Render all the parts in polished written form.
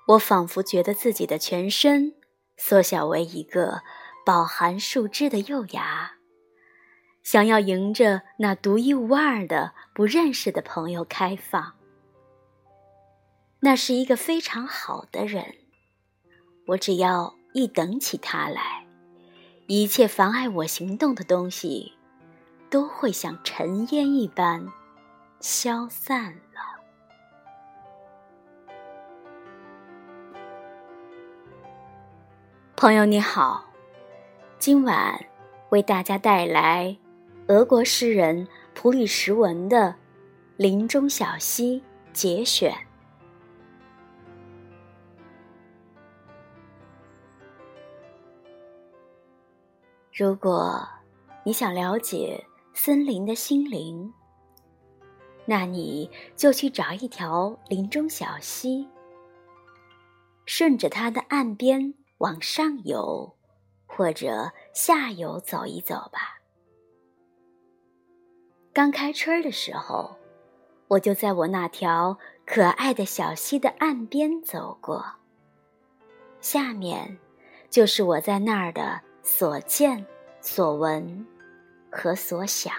我仿佛觉得自己的全身缩小为一个饱含树枝的幼芽，想要迎着那独一无二的不认识的朋友开放。那是一个非常好的人，我只要一等起他来，一切妨碍我行动的东西都会像尘烟一般消散了。朋友你好，今晚为大家带来俄国诗人普里什文的《林中小溪》节选。如果你想了解森林的心灵，那你就去找一条林中小溪，顺着它的岸边往上游或者下游走一走吧。刚开春的时候，我就在我那条可爱的小溪的岸边走过，下面就是我在那儿的所见、所闻和所想。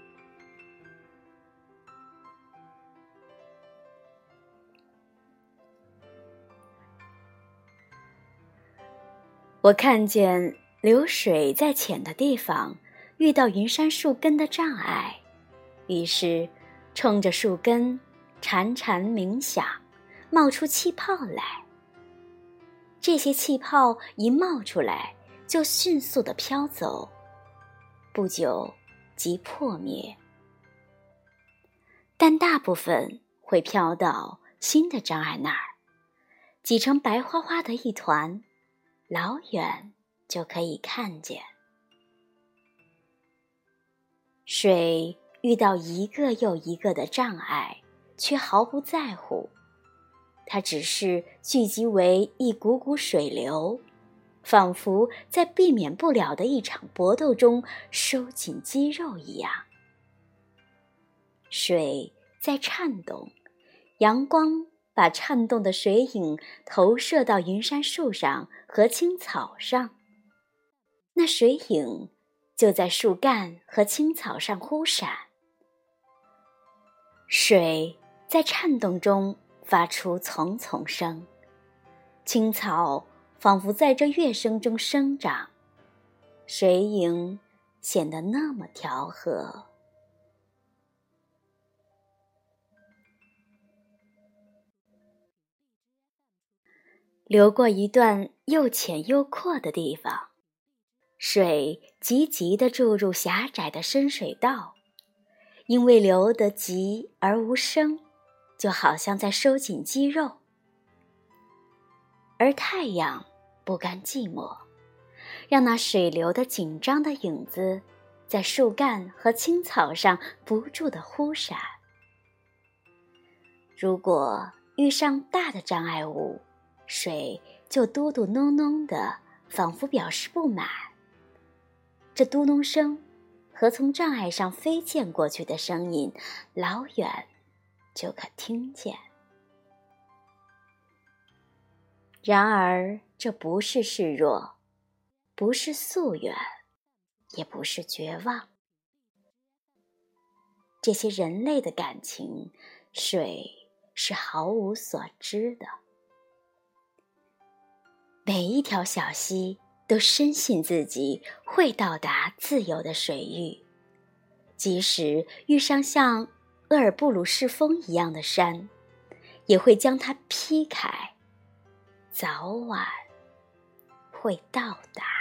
我看见流水在浅的地方遇到云杉树根的障碍，于是冲着树根潺潺冥想，冒出气泡来。这些气泡一冒出来，就迅速地飘走，不久即破灭。但大部分会飘到新的障碍那儿，挤成白花花的一团，老远就可以看见。水遇到一个又一个的障碍，却毫不在乎，它只是聚集为一股股水流，仿佛在避免不了的一场搏斗中收紧肌肉一样。水在颤动，阳光把颤动的水影投射到云杉树上和青草上，那水影就在树干和青草上忽闪。水在颤动中发出丛丛声，青草仿佛在这乐声中生长，水影显得那么调和。流过一段又浅又阔的地方，水急急地注入狭窄的深水道，因为流得急而无声，就好像在收紧肌肉。而太阳不甘寂寞，让那水流的紧张的影子在树干和青草上不住地忽闪。如果遇上大的障碍物，水就嘟嘟哝哝的，仿佛表示不满。这嘟哝声和从障碍上飞溅过去的声音，老远就可听见。然而这不是示弱，不是夙愿，也不是绝望。这些人类的感情，水是毫无所知的。每一条小溪都深信自己会到达自由的水域，即使遇上像鄂尔布鲁士峰一样的山，也会将它劈开，早晚会到达。